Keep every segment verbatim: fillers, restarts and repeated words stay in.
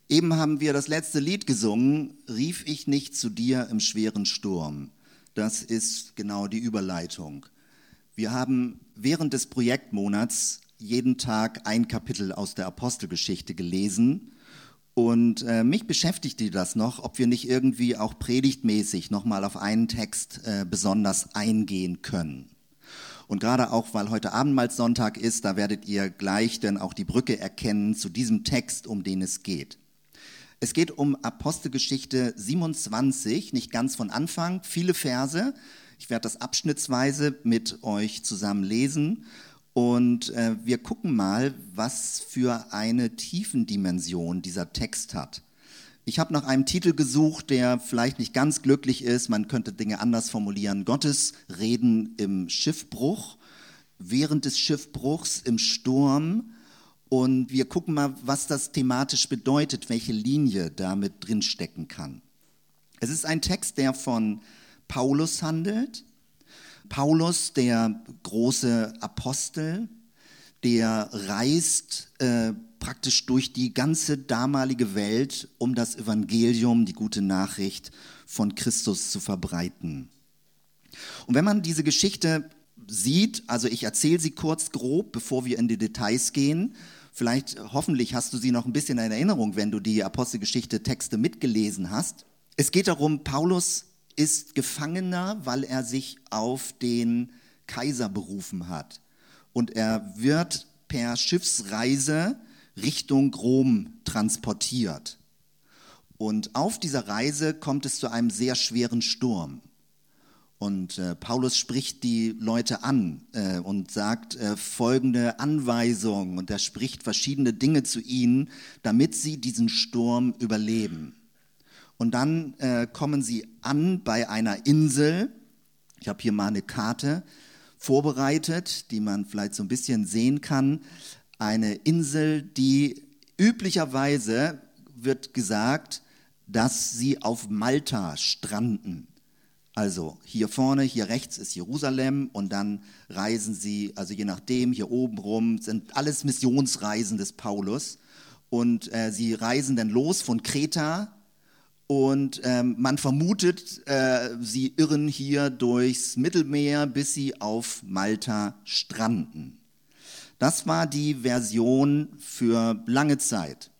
Eben haben wir das letzte Lied gesungen, Rief ich nicht zu dir im schweren Sturm. Das ist genau die Überleitung. Wir haben während des Projektmonats jeden Tag ein Kapitel aus der Apostelgeschichte gelesen und äh, mich beschäftigte das noch, ob wir nicht irgendwie auch predigtmäßig nochmal auf einen Text äh, besonders eingehen können. Und gerade auch, weil heute Abendmahlssonntag ist, da werdet ihr gleich dann auch die Brücke erkennen zu diesem Text, um den es geht. Es geht um Apostelgeschichte siebenundzwanzig, nicht ganz von Anfang, viele Verse. Ich werde das abschnittsweise mit euch zusammen lesen und äh, wir gucken mal, was für eine Tiefendimension dieser Text hat. Ich habe nach einem Titel gesucht, der vielleicht nicht ganz glücklich ist. Man könnte Dinge anders formulieren. Gottes Reden im Schiffbruch, während des Schiffbruchs, im Sturm. Und wir gucken mal, was das thematisch bedeutet, welche Linie damit drinstecken kann. Es ist ein Text, der von Paulus handelt. Paulus, der große Apostel, der reist äh, praktisch durch die ganze damalige Welt, um das Evangelium, die gute Nachricht von Christus zu verbreiten. Und wenn man diese Geschichte sieht, also ich erzähle sie kurz grob, bevor wir in die Details gehen, vielleicht, hoffentlich hast du sie noch ein bisschen in Erinnerung, wenn du die Apostelgeschichte-Texte mitgelesen hast. Es geht darum, Paulus ist Gefangener, weil er sich auf den Kaiser berufen hat. Und er wird per Schiffsreise Richtung Rom transportiert. Und auf dieser Reise kommt es zu einem sehr schweren Sturm. Und äh, Paulus spricht die Leute an äh, und sagt äh, folgende Anweisungen. Und er spricht verschiedene Dinge zu ihnen, damit sie diesen Sturm überleben. Und dann äh, kommen sie an bei einer Insel. Ich habe hier mal eine Karte vorbereitet, die man vielleicht so ein bisschen sehen kann. Eine Insel, die üblicherweise wird gesagt, dass sie auf Malta stranden. Also hier vorne, hier rechts ist Jerusalem und dann reisen sie, also je nachdem, hier oben rum, sind alles Missionsreisen des Paulus. Und äh, sie reisen dann los von Kreta und ähm, man vermutet, äh, sie irren hier durchs Mittelmeer, bis sie auf Malta stranden. Das war die Version für lange Zeit.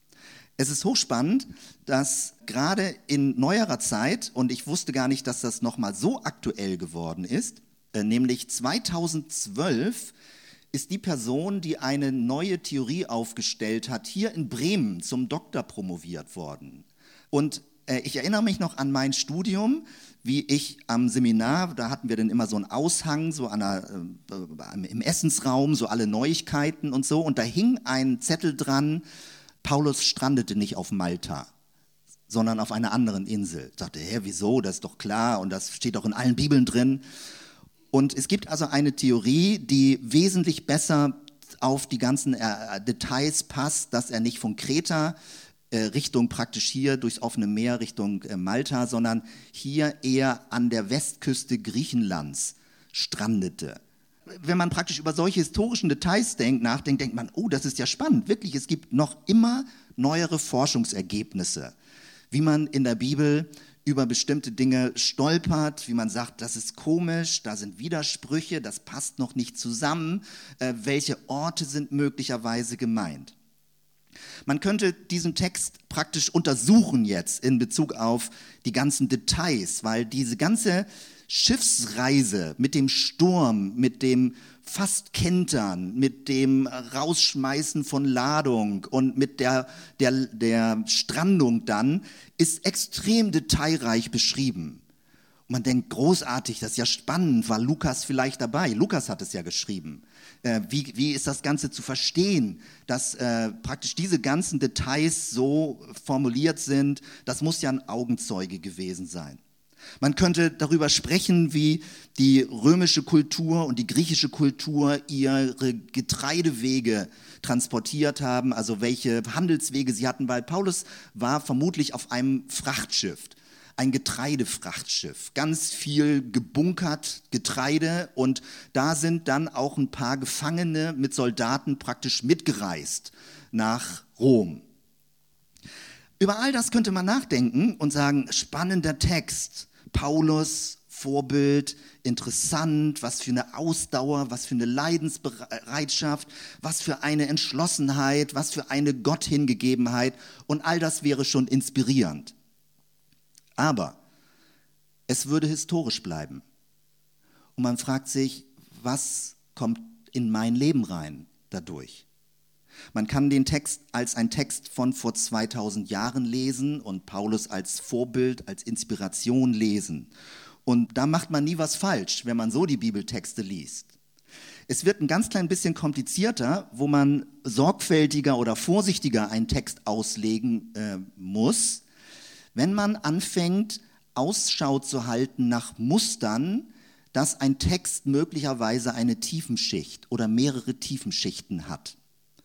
Es ist hochspannend, dass gerade in neuerer Zeit, und ich wusste gar nicht, dass das nochmal so aktuell geworden ist, äh, nämlich zweitausendzwölf ist die Person, die eine neue Theorie aufgestellt hat, hier in Bremen zum Doktor promoviert worden. Und äh, ich erinnere mich noch an mein Studium, wie ich am Seminar, da hatten wir dann immer so einen Aushang, so an einer, äh, im Essensraum, so alle Neuigkeiten und so, und da hing ein Zettel dran, Paulus strandete nicht auf Malta, sondern auf einer anderen Insel. Ich dachte, hä, wieso? Das ist doch klar und das steht doch in allen Bibeln drin. Und es gibt also eine Theorie, die wesentlich besser auf die ganzen äh, Details passt, dass er nicht von Kreta äh, Richtung praktisch hier durchs offene Meer Richtung äh, Malta, sondern hier eher an der Westküste Griechenlands strandete. Wenn man praktisch über solche historischen Details denkt, nachdenkt, denkt man, oh, das ist ja spannend. Wirklich, es gibt noch immer neuere Forschungsergebnisse, wie man in der Bibel über bestimmte Dinge stolpert, wie man sagt, das ist komisch, da sind Widersprüche, das passt noch nicht zusammen. Äh, welche Orte sind möglicherweise gemeint? Man könnte diesen Text praktisch untersuchen jetzt in Bezug auf die ganzen Details, weil diese ganze Schiffsreise mit dem Sturm, mit dem fast Kentern, mit dem Rausschmeißen von Ladung und mit der, der, der Strandung dann, ist extrem detailreich beschrieben. Und man denkt, großartig, das ist ja spannend, war Lukas vielleicht dabei? Lukas hat es ja geschrieben. Äh, wie, wie ist das Ganze zu verstehen, dass äh, praktisch diese ganzen Details so formuliert sind? Das muss ja ein Augenzeuge gewesen sein. Man könnte darüber sprechen, wie die römische Kultur und die griechische Kultur ihre Getreidewege transportiert haben, also welche Handelswege sie hatten, weil Paulus war vermutlich auf einem Frachtschiff, ein Getreidefrachtschiff, ganz viel gebunkert Getreide und da sind dann auch ein paar Gefangene mit Soldaten praktisch mitgereist nach Rom. Über all das könnte man nachdenken und sagen, spannender Text, Paulus, Vorbild, interessant, was für eine Ausdauer, was für eine Leidensbereitschaft, was für eine Entschlossenheit, was für eine Gotthingegebenheit und all das wäre schon inspirierend. Aber es würde historisch bleiben. Und man fragt sich, was kommt in mein Leben rein dadurch? Man kann den Text als ein Text von vor zweitausend Jahren lesen und Paulus als Vorbild, als Inspiration lesen. Und da macht man nie was falsch, wenn man so die Bibeltexte liest. Es wird ein ganz klein bisschen komplizierter, wo man sorgfältiger oder vorsichtiger einen Text auslegen äh, muss, wenn man anfängt, Ausschau zu halten nach Mustern, dass ein Text möglicherweise eine Tiefenschicht oder mehrere Tiefenschichten hat.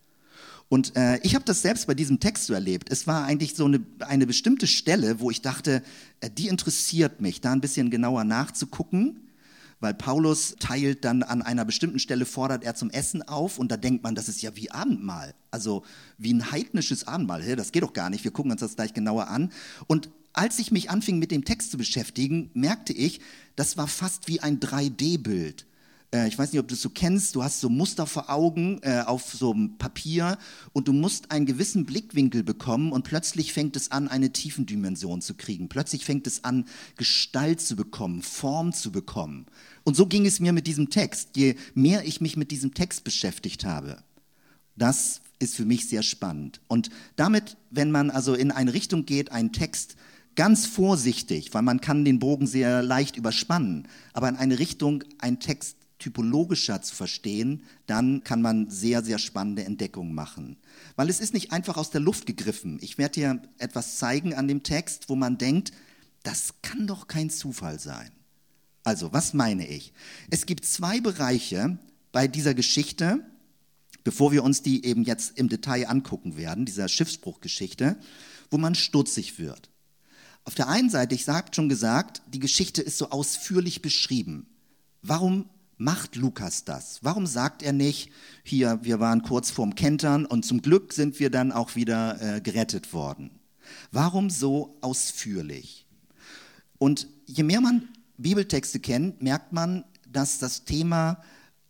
Und äh, ich habe das selbst bei diesem Text so erlebt. Es war eigentlich so eine, eine bestimmte Stelle, wo ich dachte, äh, die interessiert mich, da ein bisschen genauer nachzugucken, weil Paulus teilt dann an einer bestimmten Stelle, fordert er zum Essen auf und da denkt man, das ist ja wie Abendmahl, also wie ein heidnisches Abendmahl. Hey, das geht doch gar nicht, wir gucken uns das gleich genauer an. Und als ich mich anfing, mit dem Text zu beschäftigen, merkte ich, das war fast wie ein drei D Bild. Äh, ich weiß nicht, ob du es so kennst, du hast so Muster vor Augen äh, auf so einem Papier und du musst einen gewissen Blickwinkel bekommen und plötzlich fängt es an, eine Tiefendimension zu kriegen. Plötzlich fängt es an, Gestalt zu bekommen, Form zu bekommen. Und so ging es mir mit diesem Text. Je mehr ich mich mit diesem Text beschäftigt habe, das ist für mich sehr spannend. Und damit, wenn man also in eine Richtung geht, einen Text ganz vorsichtig, weil man kann den Bogen sehr leicht überspannen, aber in eine Richtung, einen Text typologischer zu verstehen, dann kann man sehr, sehr spannende Entdeckungen machen. Weil es ist nicht einfach aus der Luft gegriffen. Ich werde dir etwas zeigen an dem Text, wo man denkt, das kann doch kein Zufall sein. Also, was meine ich? Es gibt zwei Bereiche bei dieser Geschichte, bevor wir uns die eben jetzt im Detail angucken werden, dieser Schiffsbruchgeschichte, wo man stutzig wird. Auf der einen Seite, ich habe schon gesagt, die Geschichte ist so ausführlich beschrieben. Warum macht Lukas das? Warum sagt er nicht, hier, wir waren kurz vorm Kentern und zum Glück sind wir dann auch wieder äh, gerettet worden? Warum so ausführlich? Und je mehr man Bibeltexte kennt, merkt man, dass das Thema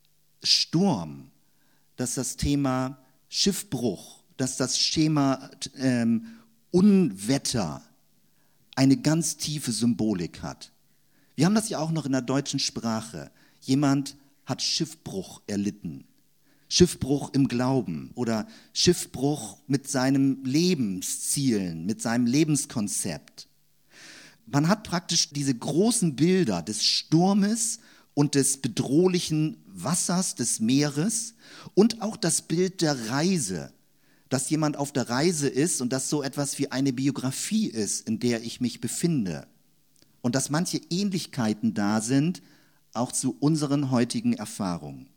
Sturm, dass das Thema Schiffbruch, dass das Schema ähm, Unwetter eine ganz tiefe Symbolik hat. Wir haben das ja auch noch in der deutschen Sprache. Jemand hat Schiffbruch erlitten. Schiffbruch im Glauben oder Schiffbruch mit seinen Lebenszielen, mit seinem Lebenskonzept. Man hat praktisch diese großen Bilder des Sturmes und des bedrohlichen Wassers des Meeres und auch das Bild der Reise, dass jemand auf der Reise ist und dass so etwas wie eine Biografie ist, in der ich mich befinde. Und dass manche Ähnlichkeiten da sind, auch zu unseren heutigen Erfahrungen.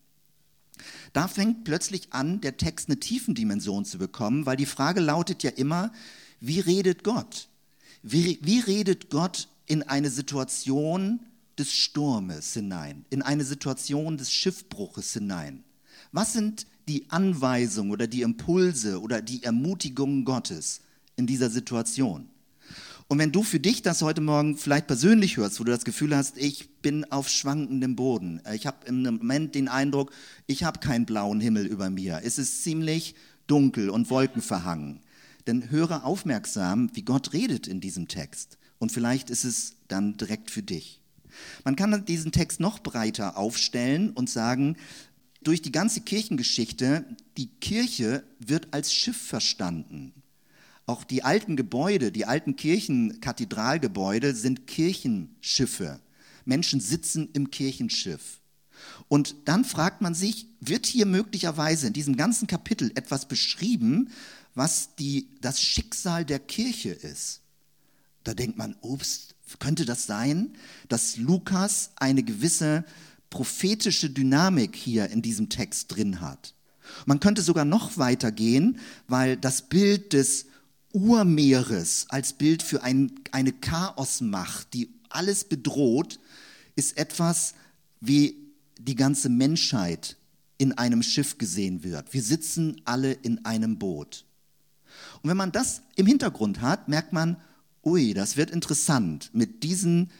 Da fängt plötzlich an, der Text eine Tiefendimension zu bekommen, weil die Frage lautet ja immer, wie redet Gott? Wie, wie redet Gott in eine Situation des Sturmes hinein, in eine Situation des Schiffbruches hinein? Was sind die Anweisungen oder die Impulse oder die Ermutigungen Gottes in dieser Situation? Und wenn du für dich das heute Morgen vielleicht persönlich hörst, wo du das Gefühl hast, ich bin auf schwankendem Boden, ich habe im Moment den Eindruck, ich habe keinen blauen Himmel über mir, es ist ziemlich dunkel und wolkenverhangen, dann höre aufmerksam, wie Gott redet in diesem Text. Und vielleicht ist es dann direkt für dich. Man kann diesen Text noch breiter aufstellen und sagen, durch die ganze Kirchengeschichte, die Kirche wird als Schiff verstanden. Auch die alten Gebäude, die alten Kirchenkathedralgebäude sind Kirchenschiffe. Menschen sitzen im Kirchenschiff. Und dann fragt man sich, wird hier möglicherweise in diesem ganzen Kapitel etwas beschrieben, was die, das Schicksal der Kirche ist? Da denkt man, ups, könnte das sein, dass Lukas eine gewisse prophetische Dynamik hier in diesem Text drin hat? Man könnte sogar noch weiter gehen, weil das Bild des Urmeeres als Bild für ein, eine Chaosmacht, die alles bedroht, ist etwas, wie die ganze Menschheit in einem Schiff gesehen wird. Wir sitzen alle in einem Boot. Und wenn man das im Hintergrund hat, merkt man, ui, das wird interessant, mit diesen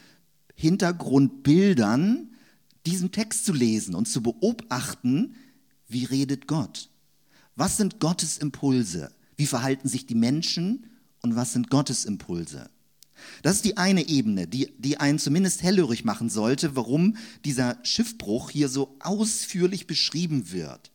Hintergrundbildern diesen Text zu lesen und zu beobachten, wie redet Gott? Was sind Gottes Impulse? Wie verhalten sich die Menschen und was sind Gottes Impulse? Das ist die eine Ebene, die, die einen zumindest hellhörig machen sollte, warum dieser Schiffbruch hier so ausführlich beschrieben wird.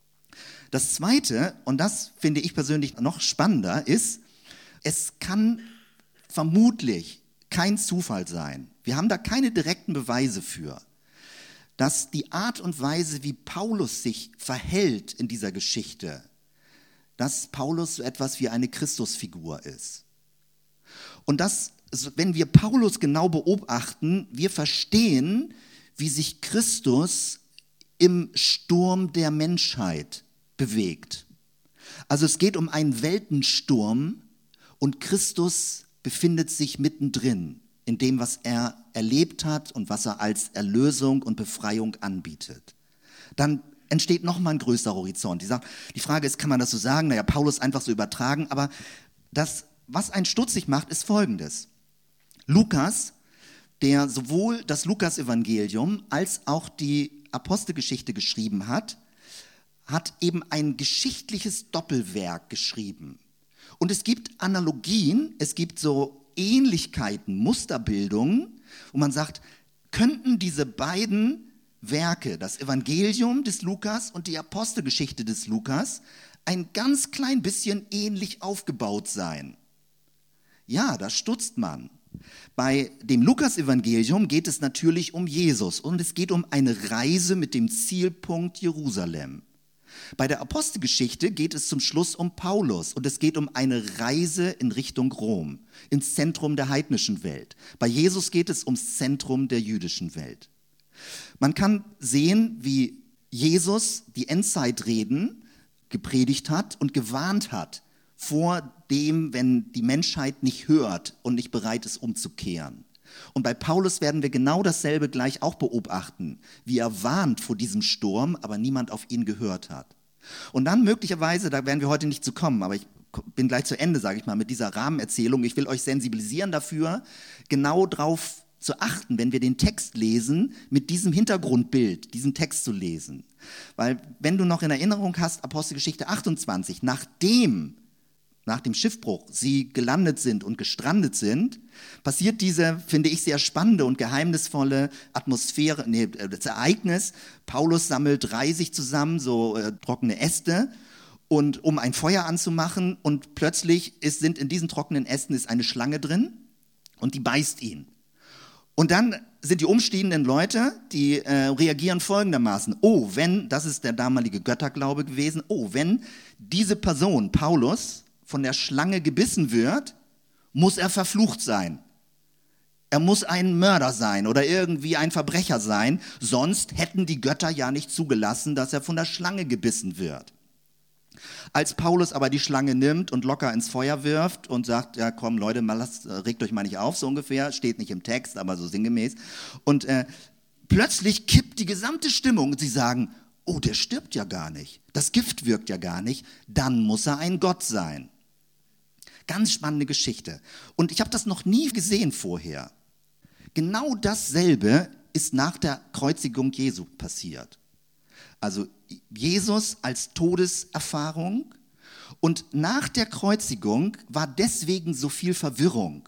Das Zweite, und das finde ich persönlich noch spannender, ist, es kann vermutlich kein Zufall sein. Wir haben da keine direkten Beweise für, dass die Art und Weise, wie Paulus sich verhält in dieser Geschichte, dass Paulus so etwas wie eine Christusfigur ist. Und dass, wenn wir Paulus genau beobachten, wir verstehen, wie sich Christus im Sturm der Menschheit bewegt. Also es geht um einen Weltensturm und Christus befindet sich mittendrin in dem, was er erlebt hat und was er als Erlösung und Befreiung anbietet. Dann entsteht nochmal ein größerer Horizont. Die, sagt, die Frage ist, kann man das so sagen? Naja, Paulus einfach so übertragen, aber das, was einen stutzig macht, ist Folgendes. Lukas, der sowohl das Lukas-Evangelium als auch die Apostelgeschichte geschrieben hat, hat eben ein geschichtliches Doppelwerk geschrieben. Und es gibt Analogien, es gibt so Ähnlichkeiten, Musterbildungen, wo man sagt, könnten diese beiden Werke, das Evangelium des Lukas und die Apostelgeschichte des Lukas, ein ganz klein bisschen ähnlich aufgebaut sein? Ja, da stutzt man. Bei dem Lukas-Evangelium geht es natürlich um Jesus und es geht um eine Reise mit dem Zielpunkt Jerusalem. Bei der Apostelgeschichte geht es zum Schluss um Paulus und es geht um eine Reise in Richtung Rom, ins Zentrum der heidnischen Welt. Bei Jesus geht es ums Zentrum der jüdischen Welt. Man kann sehen, wie Jesus die Endzeitreden gepredigt hat und gewarnt hat vor dem, wenn die Menschheit nicht hört und nicht bereit ist, umzukehren. Und bei Paulus werden wir genau dasselbe gleich auch beobachten, wie er warnt vor diesem Sturm, aber niemand auf ihn gehört hat. Und dann möglicherweise, da werden wir heute nicht zu kommen, aber ich bin gleich zu Ende, sage ich mal, mit dieser Rahmenerzählung. Ich will euch sensibilisieren dafür, genau darauf zu achten, wenn wir den Text lesen, mit diesem Hintergrundbild, diesen Text zu lesen. Weil wenn du noch in Erinnerung hast, Apostelgeschichte achtundzwanzig, nachdem nach dem Schiffbruch sie gelandet sind und gestrandet sind, passiert diese, finde ich, sehr spannende und geheimnisvolle Atmosphäre, nee, das Ereignis. Paulus sammelt Reisig zusammen, so äh, trockene Äste, und um ein Feuer anzumachen, und plötzlich ist, sind in diesen trockenen Ästen ist eine Schlange drin und die beißt ihn. Und dann sind die umstehenden Leute, die äh, reagieren folgendermaßen: Oh, wenn, das ist der damalige Götterglaube gewesen, oh, wenn diese Person, Paulus, von der Schlange gebissen wird, muss er verflucht sein. Er muss ein Mörder sein oder irgendwie ein Verbrecher sein, sonst hätten die Götter ja nicht zugelassen, dass er von der Schlange gebissen wird. Als Paulus aber die Schlange nimmt und locker ins Feuer wirft und sagt, ja komm Leute, mal lasst, regt euch mal nicht auf, so ungefähr, steht nicht im Text, aber so sinngemäß. Und äh, plötzlich kippt die gesamte Stimmung und sie sagen, oh, der stirbt ja gar nicht, das Gift wirkt ja gar nicht, dann muss er ein Gott sein. Ganz spannende Geschichte. Und ich habe das noch nie gesehen vorher. Genau dasselbe ist nach der Kreuzigung Jesu passiert. Also Jesus als Todeserfahrung, und nach der Kreuzigung war deswegen so viel Verwirrung,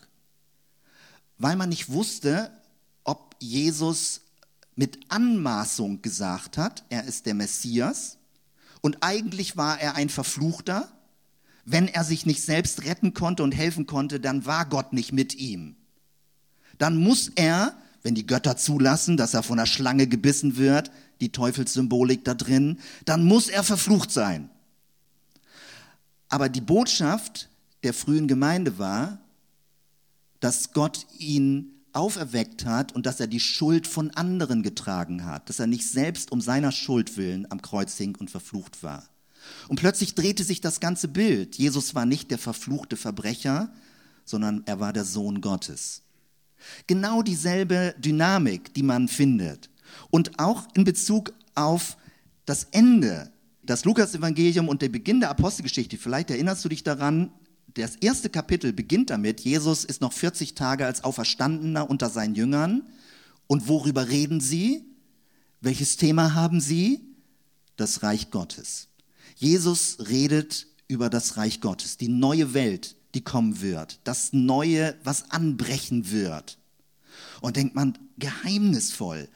weil man nicht wusste, ob Jesus mit Anmaßung gesagt hat, er ist der Messias, und eigentlich war er ein Verfluchter. Wenn er sich nicht selbst retten konnte und helfen konnte, dann war Gott nicht mit ihm. Dann muss er, wenn die Götter zulassen, dass er von der Schlange gebissen wird, die Teufelssymbolik da drin, dann muss er verflucht sein. Aber die Botschaft der frühen Gemeinde war, dass Gott ihn auferweckt hat und dass er die Schuld von anderen getragen hat, dass er nicht selbst um seiner Schuld willen am Kreuz hing und verflucht war. Und plötzlich drehte sich das ganze Bild. Jesus war nicht der verfluchte Verbrecher, sondern er war der Sohn Gottes. Genau dieselbe Dynamik, die man findet. Und auch in Bezug auf das Ende Das Lukas-Evangelium und der Beginn der Apostelgeschichte, vielleicht erinnerst du dich daran, das erste Kapitel beginnt damit, Jesus ist noch vierzig Tage als Auferstandener unter seinen Jüngern. Und worüber reden sie? Welches Thema haben sie? Das Reich Gottes. Jesus redet über das Reich Gottes, die neue Welt, die kommen wird, das Neue, was anbrechen wird. Und denkt man, geheimnisvoll,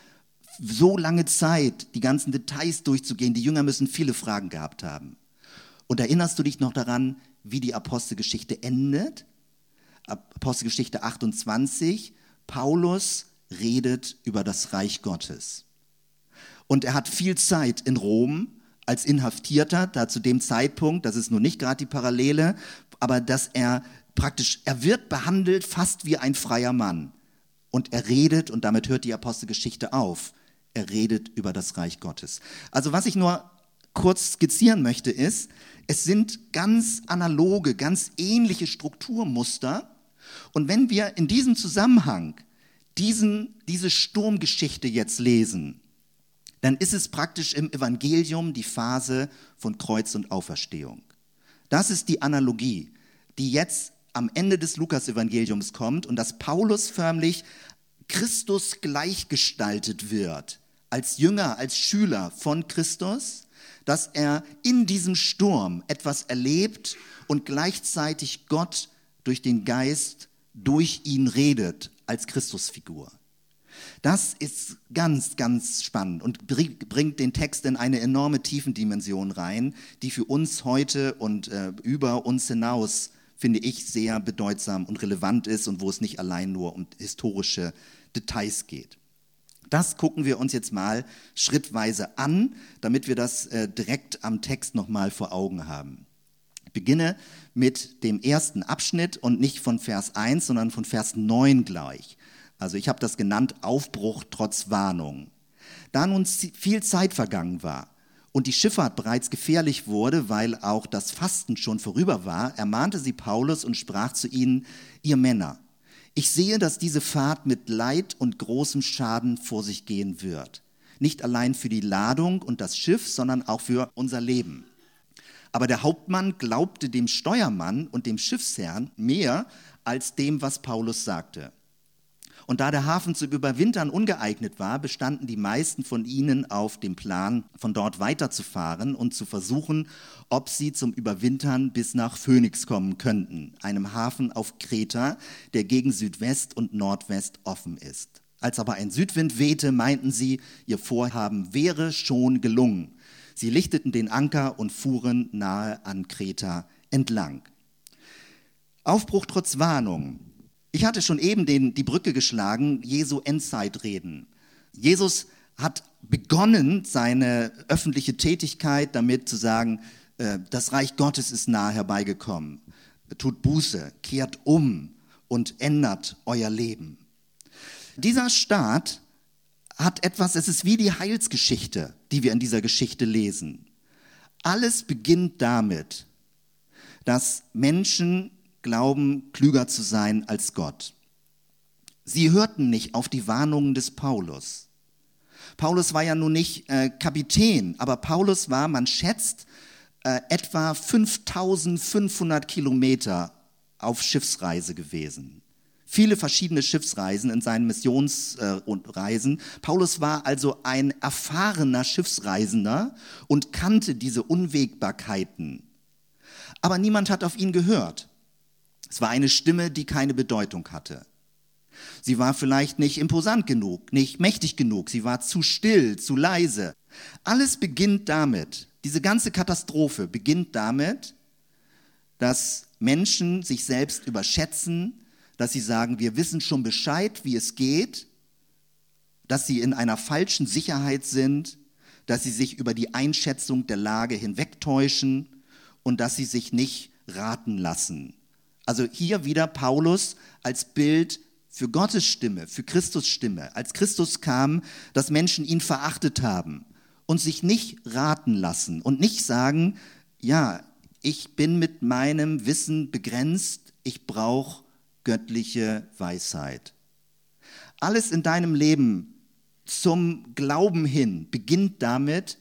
so lange Zeit, die ganzen Details durchzugehen, die Jünger müssen viele Fragen gehabt haben. Und erinnerst du dich noch daran, wie die Apostelgeschichte endet? Apostelgeschichte achtundzwanzig, Paulus redet über das Reich Gottes. Und er hat viel Zeit in Rom als Inhaftierter, da zu dem Zeitpunkt, das ist nun nicht gerade die Parallele, aber dass er praktisch, er wird behandelt fast wie ein freier Mann. Und er redet, und damit hört die Apostelgeschichte auf, er redet über das Reich Gottes. Also was ich nur kurz skizzieren möchte ist, es sind ganz analoge, ganz ähnliche Strukturmuster. Und wenn wir in diesem Zusammenhang diesen, diese Sturmgeschichte jetzt lesen, dann ist es praktisch im Evangelium die Phase von Kreuz und Auferstehung. Das ist die Analogie, die jetzt am Ende des Lukas-Evangeliums kommt und dass Paulus förmlich Christus gleichgestaltet wird, als Jünger, als Schüler von Christus, dass er in diesem Sturm etwas erlebt und gleichzeitig Gott durch den Geist durch ihn redet als Christusfigur. Das ist ganz, ganz spannend und bringt den Text in eine enorme Tiefendimension rein, die für uns heute und äh, über uns hinaus, finde ich, sehr bedeutsam und relevant ist und wo es nicht allein nur um historische Details geht. Das gucken wir uns jetzt mal schrittweise an, damit wir das äh, direkt am Text nochmal vor Augen haben. Ich beginne mit dem ersten Abschnitt und nicht von Vers eins, sondern von Vers neun gleich. Also ich habe das genannt, Aufbruch trotz Warnung. Da nun viel Zeit vergangen war und die Schifffahrt bereits gefährlich wurde, weil auch das Fasten schon vorüber war, ermahnte sie Paulus und sprach zu ihnen, ihr Männer, ich sehe, dass diese Fahrt mit Leid und großem Schaden vor sich gehen wird. Nicht allein für die Ladung und das Schiff, sondern auch für unser Leben. Aber der Hauptmann glaubte dem Steuermann und dem Schiffsherrn mehr als dem, was Paulus sagte. Und da der Hafen zum Überwintern ungeeignet war, bestanden die meisten von ihnen auf dem Plan, von dort weiterzufahren und zu versuchen, ob sie zum Überwintern bis nach Phönix kommen könnten, einem Hafen auf Kreta, der gegen Südwest und Nordwest offen ist. Als aber ein Südwind wehte, meinten sie, ihr Vorhaben wäre schon gelungen. Sie lichteten den Anker und fuhren nahe an Kreta entlang. Aufbruch trotz Warnung. Ich hatte schon eben den, die Brücke geschlagen, Jesu Endzeitreden. Jesus hat begonnen, seine öffentliche Tätigkeit damit zu sagen, äh, das Reich Gottes ist nahe herbeigekommen. Tut Buße, kehrt um und ändert euer Leben. Dieser Staat hat etwas, es ist wie die Heilsgeschichte, die wir in dieser Geschichte lesen. Alles beginnt damit, dass Menschen glauben, klüger zu sein als Gott. Sie hörten nicht auf die Warnungen des Paulus. Paulus war ja nun nicht äh, Kapitän, aber Paulus war, man schätzt, äh, etwa fünftausendfünfhundert Kilometer auf Schiffsreise gewesen. Viele verschiedene Schiffsreisen in seinen Missionsreisen. Äh, Paulus war also ein erfahrener Schiffsreisender und kannte diese Unwägbarkeiten. Aber niemand hat auf ihn gehört. Es war eine Stimme, die keine Bedeutung hatte. Sie war vielleicht nicht imposant genug, nicht mächtig genug, sie war zu still, zu leise. Alles beginnt damit, diese ganze Katastrophe beginnt damit, dass Menschen sich selbst überschätzen, dass sie sagen, wir wissen schon Bescheid, wie es geht, dass sie in einer falschen Sicherheit sind, dass sie sich über die Einschätzung der Lage hinwegtäuschen und dass sie sich nicht raten lassen. Also hier wieder Paulus als Bild für Gottes Stimme, für Christus Stimme. Als Christus kam, dass Menschen ihn verachtet haben und sich nicht raten lassen und nicht sagen, ja, ich bin mit meinem Wissen begrenzt, ich brauche göttliche Weisheit. Alles in deinem Leben zum Glauben hin beginnt damit,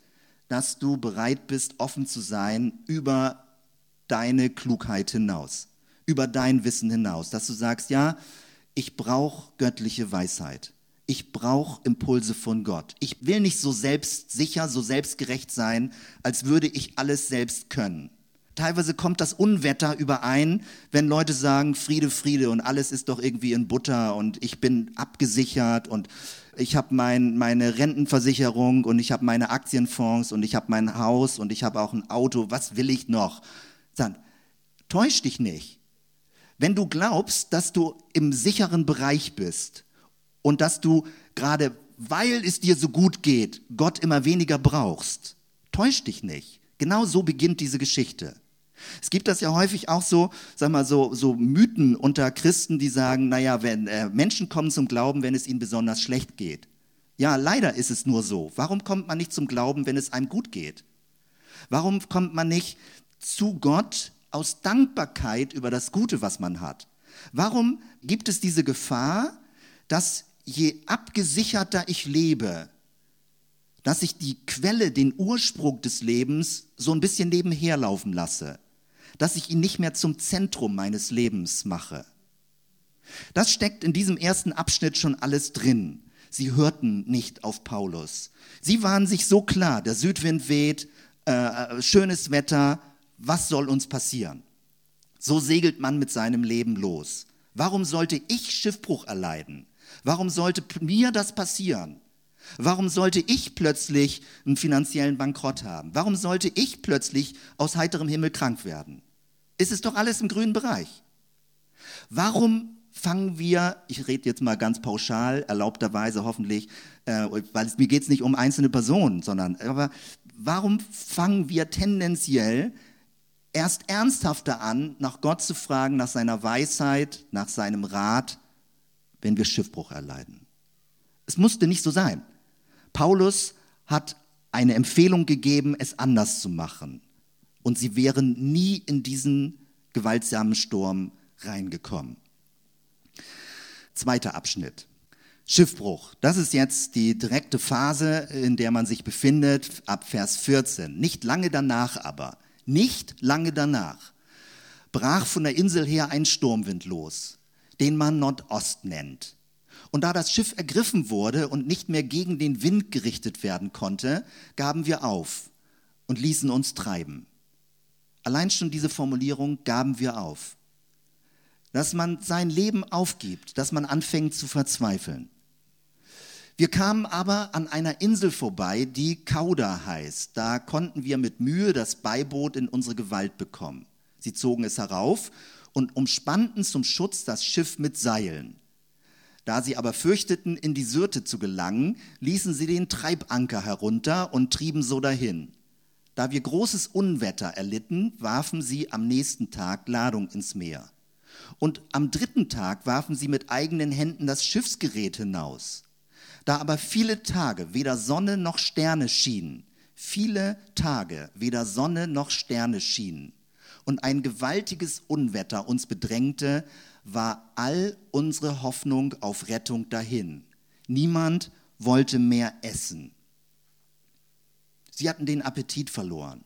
dass du bereit bist, offen zu sein über deine Klugheit hinaus, über dein Wissen hinaus, dass du sagst, ja, ich brauche göttliche Weisheit. Ich brauche Impulse von Gott. Ich will nicht so selbstsicher, so selbstgerecht sein, als würde ich alles selbst können. Teilweise kommt das Unwetter überein, wenn Leute sagen, Friede, Friede und alles ist doch irgendwie in Butter und ich bin abgesichert und ich habe mein, meine Rentenversicherung und ich habe meine Aktienfonds und ich habe mein Haus und ich habe auch ein Auto. Was will ich noch? Dann täusch dich nicht. Wenn du glaubst, dass du im sicheren Bereich bist und dass du gerade, weil es dir so gut geht, Gott immer weniger brauchst, täusch dich nicht. Genau so beginnt diese Geschichte. Es gibt das ja häufig auch so, sag mal, so, so Mythen unter Christen, die sagen, naja, wenn äh, Menschen kommen zum Glauben, wenn es ihnen besonders schlecht geht. Ja, leider ist es nur so. Warum kommt man nicht zum Glauben, wenn es einem gut geht? Warum kommt man nicht zu Gott aus Dankbarkeit über das Gute, was man hat? Warum gibt es diese Gefahr, dass je abgesicherter ich lebe, dass ich die Quelle, den Ursprung des Lebens so ein bisschen nebenher laufen lasse, dass ich ihn nicht mehr zum Zentrum meines Lebens mache? Das steckt in diesem ersten Abschnitt schon alles drin. Sie hörten nicht auf Paulus. Sie waren sich so klar, der Südwind weht, äh, schönes Wetter, was soll uns passieren? So segelt man mit seinem Leben los. Warum sollte ich Schiffbruch erleiden? Warum sollte mir das passieren? Warum sollte ich plötzlich einen finanziellen Bankrott haben? Warum sollte ich plötzlich aus heiterem Himmel krank werden? Ist es doch alles im grünen Bereich. Warum fangen wir, ich rede jetzt mal ganz pauschal, erlaubterweise hoffentlich, äh, weil es, mir geht es nicht um einzelne Personen, sondern aber warum fangen wir tendenziell erst ernsthafter an, nach Gott zu fragen, nach seiner Weisheit, nach seinem Rat, wenn wir Schiffbruch erleiden? Es musste nicht so sein. Paulus hat eine Empfehlung gegeben, es anders zu machen. Und sie wären nie in diesen gewaltsamen Sturm reingekommen. Zweiter Abschnitt. Schiffbruch. Das ist jetzt die direkte Phase, in der man sich befindet, ab Vers vierzehn. Nicht lange danach aber, nicht lange danach, brach von der Insel her ein Sturmwind los, den man Nordost nennt. Und da das Schiff ergriffen wurde und nicht mehr gegen den Wind gerichtet werden konnte, gaben wir auf und ließen uns treiben. Allein schon diese Formulierung, gaben wir auf. Dass man sein Leben aufgibt, dass man anfängt zu verzweifeln. Wir kamen aber an einer Insel vorbei, die Kauda heißt. Da konnten wir mit Mühe das Beiboot in unsere Gewalt bekommen. Sie zogen es herauf und umspannten zum Schutz das Schiff mit Seilen. Da sie aber fürchteten, in die Syrte zu gelangen, ließen sie den Treibanker herunter und trieben so dahin. Da wir großes Unwetter erlitten, warfen sie am nächsten Tag Ladung ins Meer. Und am dritten Tag warfen sie mit eigenen Händen das Schiffsgerät hinaus. Da aber viele Tage weder Sonne noch Sterne schienen, viele Tage weder Sonne noch Sterne schienen und ein gewaltiges Unwetter uns bedrängte, war all unsere Hoffnung auf Rettung dahin. Niemand wollte mehr essen. Sie hatten den Appetit verloren.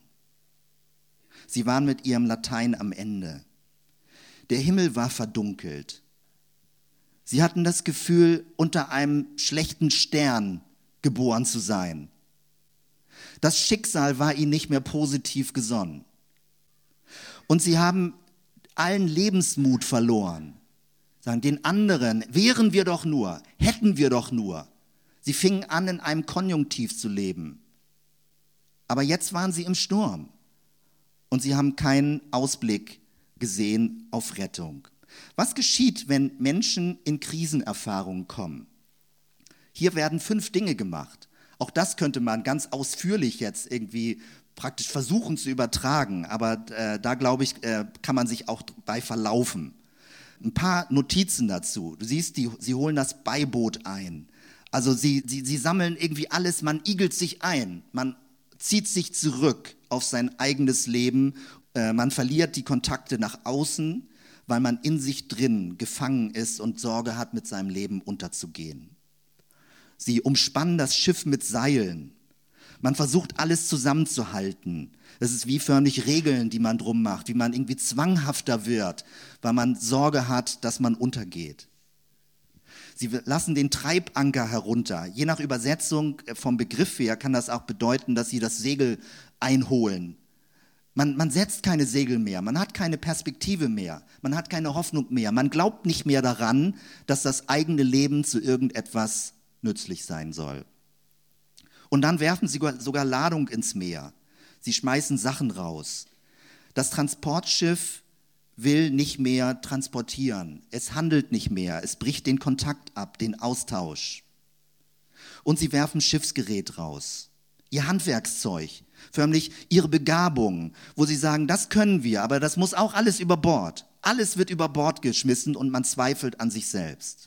Sie waren mit ihrem Latein am Ende. Der Himmel war verdunkelt. Sie hatten das Gefühl, unter einem schlechten Stern geboren zu sein. Das Schicksal war ihnen nicht mehr positiv gesonnen. Und sie haben allen Lebensmut verloren. Sagen, den anderen, wären wir doch nur, hätten wir doch nur. Sie fingen an, in einem Konjunktiv zu leben. Aber jetzt waren sie im Sturm und sie haben keinen Ausblick gesehen auf Rettung. Was geschieht, wenn Menschen in Krisenerfahrungen kommen? Hier werden fünf Dinge gemacht. Auch das könnte man ganz ausführlich jetzt irgendwie praktisch versuchen zu übertragen, aber äh, da glaube ich, äh, kann man sich auch bei verlaufen. Ein paar Notizen dazu. Du siehst, die, sie holen das Beiboot ein. Also sie, sie, sie sammeln irgendwie alles, man igelt sich ein, man zieht sich zurück auf sein eigenes Leben, äh, man verliert die Kontakte nach außen, weil man in sich drin gefangen ist und Sorge hat, mit seinem Leben unterzugehen. Sie umspannen das Schiff mit Seilen. Man versucht, alles zusammenzuhalten. Das ist wie förmlich Regeln, die man drum macht, wie man irgendwie zwanghafter wird, weil man Sorge hat, dass man untergeht. Sie lassen den Treibanker herunter. Je nach Übersetzung vom Begriff her kann das auch bedeuten, dass sie das Segel einholen. Man, man setzt keine Segel mehr, man hat keine Perspektive mehr, man hat keine Hoffnung mehr. Man glaubt nicht mehr daran, dass das eigene Leben zu irgendetwas nützlich sein soll. Und dann werfen sie sogar Ladung ins Meer. Sie schmeißen Sachen raus. Das Transportschiff will nicht mehr transportieren. Es handelt nicht mehr. Es bricht den Kontakt ab, den Austausch. Und sie werfen Schiffsgerät raus. Ihr Handwerkszeug, förmlich ihre Begabung, wo sie sagen, das können wir, aber das muss auch alles über Bord. Alles wird über Bord geschmissen und man zweifelt an sich selbst.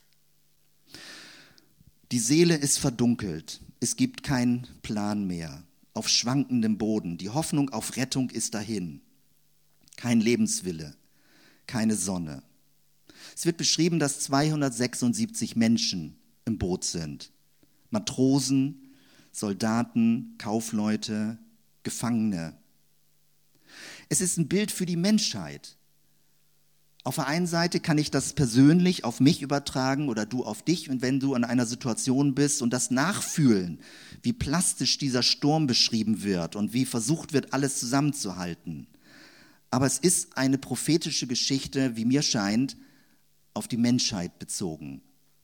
Die Seele ist verdunkelt. Es gibt keinen Plan mehr. Auf schwankendem Boden. Die Hoffnung auf Rettung ist dahin. Kein Lebenswille. Keine Sonne. Es wird beschrieben, dass zweihundertsechsundsiebzig Menschen im Boot sind. Matrosen, Soldaten, Kaufleute, Gefangene. Es ist ein Bild für die Menschheit. Auf der einen Seite kann ich das persönlich auf mich übertragen oder du auf dich, und wenn du in einer Situation bist und das nachfühlen, wie plastisch dieser Sturm beschrieben wird und wie versucht wird, alles zusammenzuhalten. Aber es ist eine prophetische Geschichte, wie mir scheint, auf die Menschheit bezogen.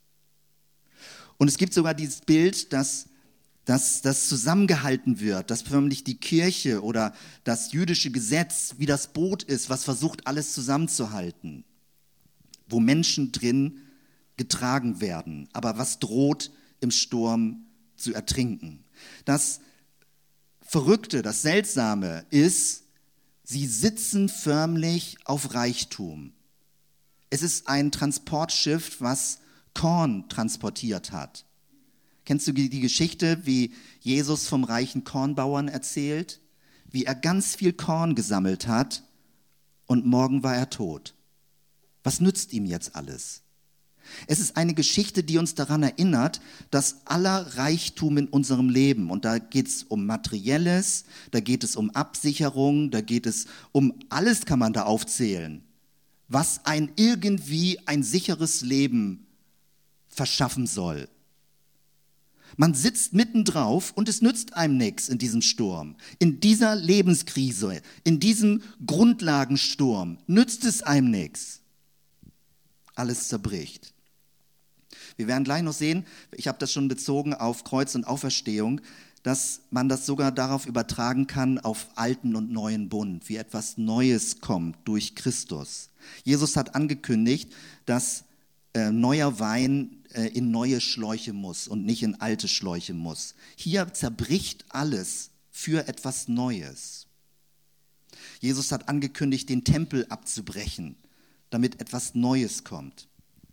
Und es gibt sogar dieses Bild, dass, dass das zusammengehalten wird, dass förmlich die Kirche oder das jüdische Gesetz wie das Boot ist, was versucht, alles zusammenzuhalten, wo Menschen drin getragen werden, aber was droht, im Sturm zu ertrinken. Das Verrückte, das Seltsame ist, sie sitzen förmlich auf Reichtum. Es ist ein Transportschiff, was Korn transportiert hat. Kennst du die Geschichte, wie Jesus vom reichen Kornbauern erzählt? Wie er ganz viel Korn gesammelt hat und morgen war er tot. Was nützt ihm jetzt alles? Es ist eine Geschichte, die uns daran erinnert, dass aller Reichtum in unserem Leben, und da geht es um Materielles, da geht es um Absicherung, da geht es um alles, kann man da aufzählen, was ein irgendwie ein sicheres Leben verschaffen soll. Man sitzt mittendrauf und es nützt einem nichts in diesem Sturm. In dieser Lebenskrise, in diesem Grundlagensturm nützt es einem nichts. Alles zerbricht. Wir werden gleich noch sehen, ich habe das schon bezogen auf Kreuz und Auferstehung, dass man das sogar darauf übertragen kann, auf alten und neuen Bund, wie etwas Neues kommt durch Christus. Jesus hat angekündigt, dass äh, neuer Wein äh, in neue Schläuche muss und nicht in alte Schläuche muss. Hier zerbricht alles für etwas Neues. Jesus hat angekündigt, den Tempel abzubrechen, damit etwas Neues kommt.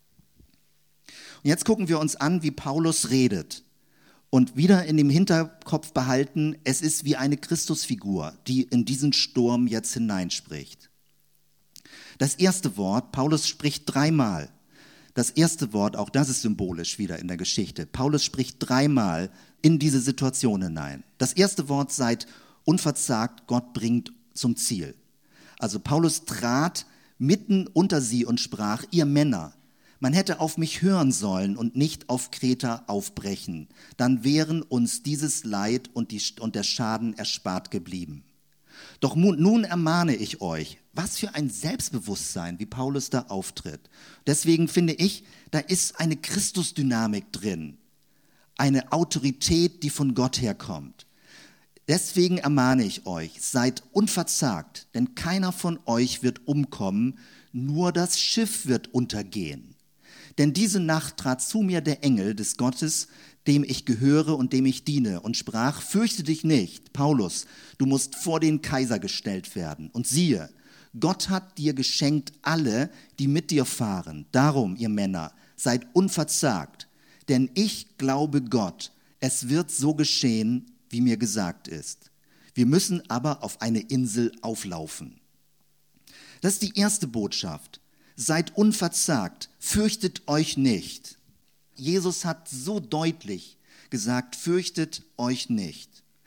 Und jetzt gucken wir uns an, wie Paulus redet. Und wieder in dem Hinterkopf behalten, es ist wie eine Christusfigur, die in diesen Sturm jetzt hineinspricht. Das erste Wort, Paulus spricht dreimal. Das erste Wort, auch das ist symbolisch wieder in der Geschichte. Paulus spricht dreimal in diese Situation hinein. Das erste Wort, seid unverzagt, Gott bringt zum Ziel. Also Paulus trat mitten unter sie und sprach, ihr Männer, man hätte auf mich hören sollen und nicht auf Kreta aufbrechen. Dann wären uns dieses Leid und, die, und der Schaden erspart geblieben. Doch nun ermahne ich euch, was für ein Selbstbewusstsein, wie Paulus da auftritt. Deswegen finde ich, da ist eine Christusdynamik drin, eine Autorität, die von Gott herkommt. Deswegen ermahne ich euch, seid unverzagt, denn keiner von euch wird umkommen, nur das Schiff wird untergehen. Denn diese Nacht trat zu mir der Engel des Gottes, dem ich gehöre und dem ich diene, und sprach, fürchte dich nicht, Paulus, du musst vor den Kaiser gestellt werden. Und siehe, Gott hat dir geschenkt alle, die mit dir fahren. Darum, ihr Männer, seid unverzagt, denn ich glaube Gott, es wird so geschehen, wie mir gesagt ist. Wir müssen aber auf eine Insel auflaufen. Das ist die erste Botschaft. Seid unverzagt, fürchtet euch nicht. Jesus hat so deutlich gesagt, fürchtet euch nicht.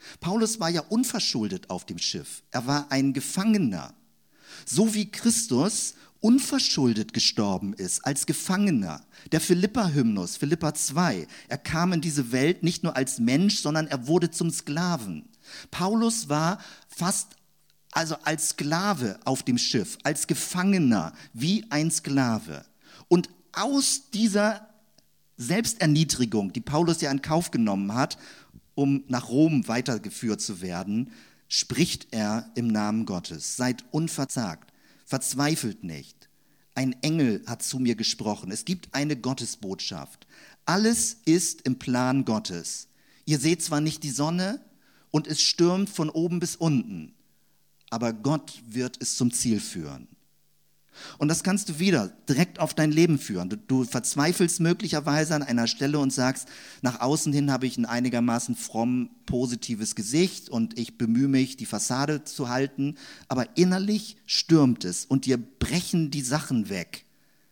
Paulus war ja unverschuldet auf dem Schiff. Er war ein Gefangener. So wie Christus unverschuldet gestorben ist, als Gefangener. Der Philippa-Hymnus, Philippa zwei, er kam in diese Welt nicht nur als Mensch, sondern er wurde zum Sklaven. Paulus war fast also als Sklave auf dem Schiff, als Gefangener, wie ein Sklave. Und aus dieser Selbsterniedrigung, die Paulus ja in Kauf genommen hat, um nach Rom weitergeführt zu werden, spricht er im Namen Gottes. Seid unverzagt, verzweifelt nicht. Ein Engel hat zu mir gesprochen. Es gibt eine Gottesbotschaft. Alles ist im Plan Gottes. Ihr seht zwar nicht die Sonne und es stürmt von oben bis unten, aber Gott wird es zum Ziel führen. Und das kannst du wieder direkt auf dein Leben führen. Du, du verzweifelst möglicherweise an einer Stelle und sagst, nach außen hin habe ich ein einigermaßen fromm positives Gesicht und ich bemühe mich, die Fassade zu halten, aber innerlich stürmt es und dir brechen die Sachen weg.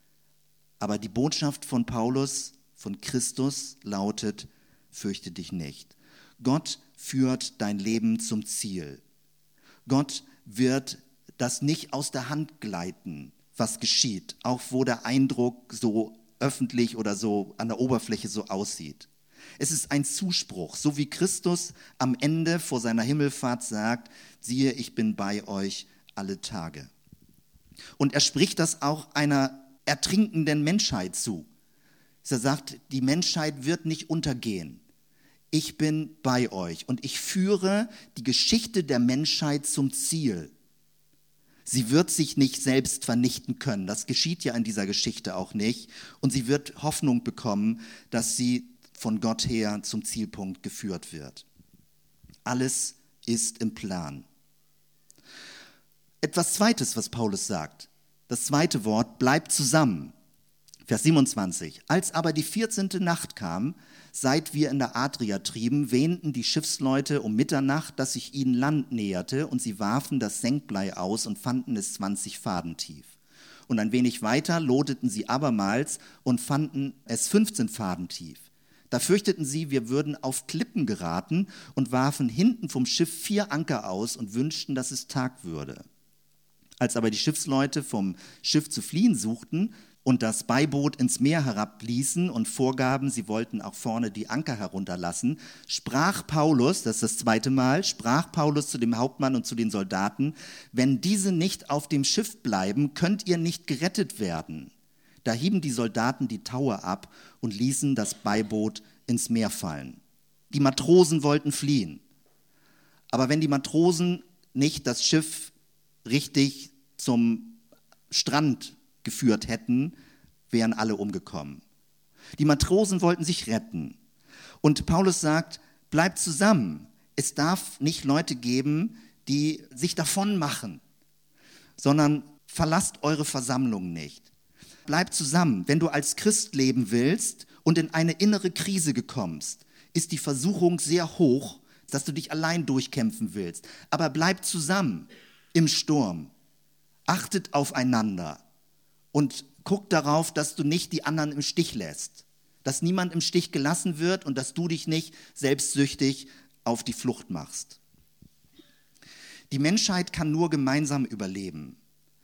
Aber die Botschaft von Paulus, von Christus lautet, fürchte dich nicht. Gott führt dein Leben zum Ziel. Gott wird das nicht aus der Hand gleiten, was geschieht, auch wo der Eindruck so öffentlich oder so an der Oberfläche so aussieht. Es ist ein Zuspruch, so wie Christus am Ende vor seiner Himmelfahrt sagt, siehe, ich bin bei euch alle Tage. Und er spricht das auch einer ertrinkenden Menschheit zu. Er sagt, die Menschheit wird nicht untergehen. Ich bin bei euch und ich führe die Geschichte der Menschheit zum Ziel. Sie wird sich nicht selbst vernichten können. Das geschieht ja in dieser Geschichte auch nicht. Und sie wird Hoffnung bekommen, dass sie von Gott her zum Zielpunkt geführt wird. Alles ist im Plan. Etwas Zweites, was Paulus sagt. Das zweite Wort, bleibt zusammen. Vers siebenundzwanzig. Als aber die vierzehnte Nacht kam, seit wir in der Adria trieben, wähnten die Schiffsleute um Mitternacht, dass sich ihnen Land näherte, und sie warfen das Senkblei aus und fanden es zwanzig Faden tief. Und ein wenig weiter lodeten sie abermals und fanden es fünfzehn Faden tief. Da fürchteten sie, wir würden auf Klippen geraten und warfen hinten vom Schiff vier Anker aus und wünschten, dass es Tag würde. Als aber die Schiffsleute vom Schiff zu fliehen suchten, und das Beiboot ins Meer herabließen und vorgaben, sie wollten auch vorne die Anker herunterlassen, sprach Paulus, das ist das zweite Mal, sprach Paulus zu dem Hauptmann und zu den Soldaten, wenn diese nicht auf dem Schiff bleiben, könnt ihr nicht gerettet werden. Da hieben die Soldaten die Taue ab und ließen das Beiboot ins Meer fallen. Die Matrosen wollten fliehen. Aber wenn die Matrosen nicht das Schiff richtig zum Strand geführt hätten, wären alle umgekommen. Die Matrosen wollten sich retten. Und Paulus sagt, bleibt zusammen. Es darf nicht Leute geben, die sich davon machen, sondern verlasst eure Versammlung nicht. Bleibt zusammen. Wenn du als Christ leben willst und in eine innere Krise gekommst, ist die Versuchung sehr hoch, dass du dich allein durchkämpfen willst. Aber bleibt zusammen im Sturm. Achtet aufeinander. Und guck darauf, dass du nicht die anderen im Stich lässt, dass niemand im Stich gelassen wird und dass du dich nicht selbstsüchtig auf die Flucht machst. Die Menschheit kann nur gemeinsam überleben.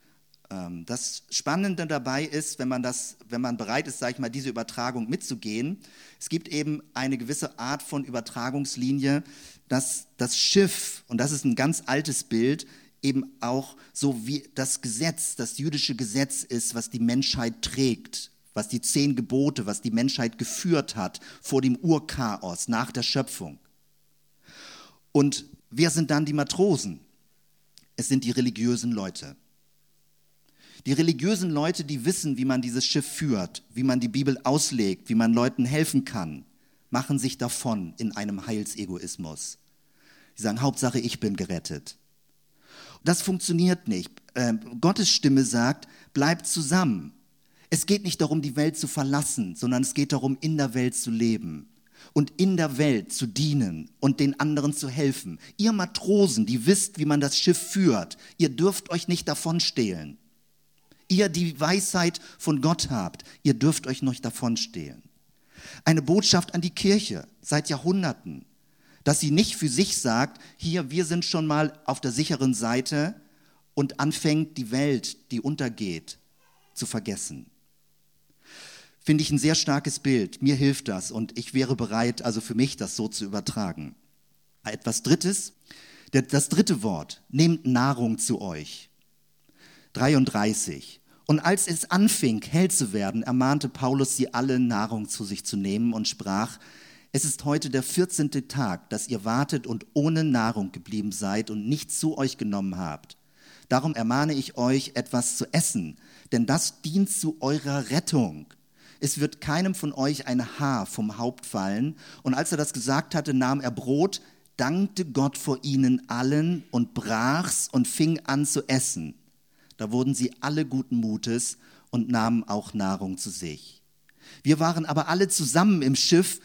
Das Spannende dabei ist, wenn man, das, wenn man bereit ist, sag ich mal, diese Übertragung mitzugehen, es gibt eben eine gewisse Art von Übertragungslinie, dass das Schiff, und das ist ein ganz altes Bild, eben auch so wie das Gesetz, das jüdische Gesetz ist, was die Menschheit trägt, was die zehn Gebote, was die Menschheit geführt hat vor dem Urchaos, nach der Schöpfung. Und wer sind dann die Matrosen? Es sind die religiösen Leute. Die religiösen Leute, die wissen, wie man dieses Schiff führt, wie man die Bibel auslegt, wie man Leuten helfen kann, machen sich davon in einem Heilsegoismus. Sie sagen, Hauptsache ich bin gerettet. Das funktioniert nicht. Ähm, Gottes Stimme sagt, bleibt zusammen. Es geht nicht darum, die Welt zu verlassen, sondern es geht darum, in der Welt zu leben und in der Welt zu dienen und den anderen zu helfen. Ihr Matrosen, die wisst, wie man das Schiff führt, ihr dürft euch nicht davon stehlen. Ihr, die Weisheit von Gott habt, ihr dürft euch nicht davon stehlen. Eine Botschaft an die Kirche seit Jahrhunderten, Dass sie nicht für sich sagt, hier, wir sind schon mal auf der sicheren Seite und anfängt, die Welt, die untergeht, zu vergessen. Finde ich ein sehr starkes Bild. Mir hilft das und ich wäre bereit, also für mich das so zu übertragen. Etwas Drittes, das dritte Wort, nehmt Nahrung zu euch. dreiunddreißig. Und als es anfing, hell zu werden, ermahnte Paulus sie alle, Nahrung zu sich zu nehmen und sprach, es ist heute der vierzehnte Tag, dass ihr wartet und ohne Nahrung geblieben seid und nichts zu euch genommen habt. Darum ermahne ich euch, etwas zu essen, denn das dient zu eurer Rettung. Es wird keinem von euch ein Haar vom Haupt fallen. Und als er das gesagt hatte, nahm er Brot, dankte Gott vor ihnen allen und brach's und fing an zu essen. Da wurden sie alle guten Mutes und nahmen auch Nahrung zu sich. Wir waren aber alle zusammen im Schiff,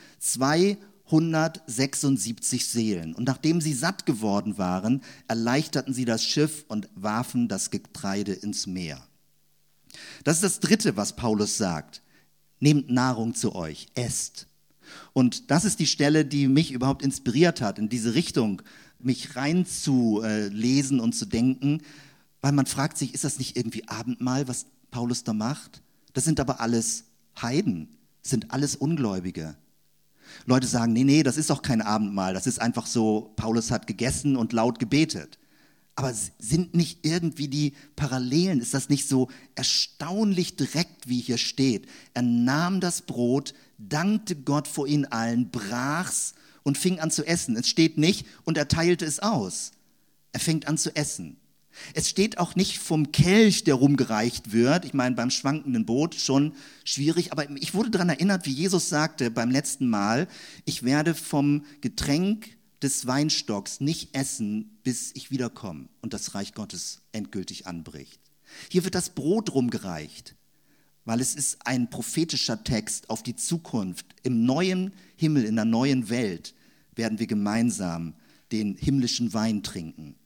zweihundertsechsundsiebzig Seelen. Und nachdem sie satt geworden waren, erleichterten sie das Schiff und warfen das Getreide ins Meer. Das ist das Dritte, was Paulus sagt. Nehmt Nahrung zu euch, esst. Und das ist die Stelle, die mich überhaupt inspiriert hat, in diese Richtung mich reinzulesen und zu denken, weil man fragt sich, ist das nicht irgendwie Abendmahl, was Paulus da macht? Das sind aber alles Heiden, das sind alles Ungläubige. Leute sagen, nee, nee, das ist doch kein Abendmahl, das ist einfach so, Paulus hat gegessen und laut gebetet. Aber sind nicht irgendwie die Parallelen, ist das nicht so erstaunlich direkt, wie hier steht? Er nahm das Brot, dankte Gott vor ihnen allen, brach's und fing an zu essen. Es steht nicht, und er teilte es aus. Er fängt an zu essen. Es steht auch nicht vom Kelch, der rumgereicht wird. Ich meine, beim schwankenden Boot schon schwierig. Aber ich wurde daran erinnert, wie Jesus sagte beim letzten Mal, ich werde vom Getränk des Weinstocks nicht essen, bis ich wiederkomme und das Reich Gottes endgültig anbricht. Hier wird das Brot rumgereicht, weil es ist ein prophetischer Text auf die Zukunft. Im neuen Himmel, in der neuen Welt werden wir gemeinsam den himmlischen Wein trinken.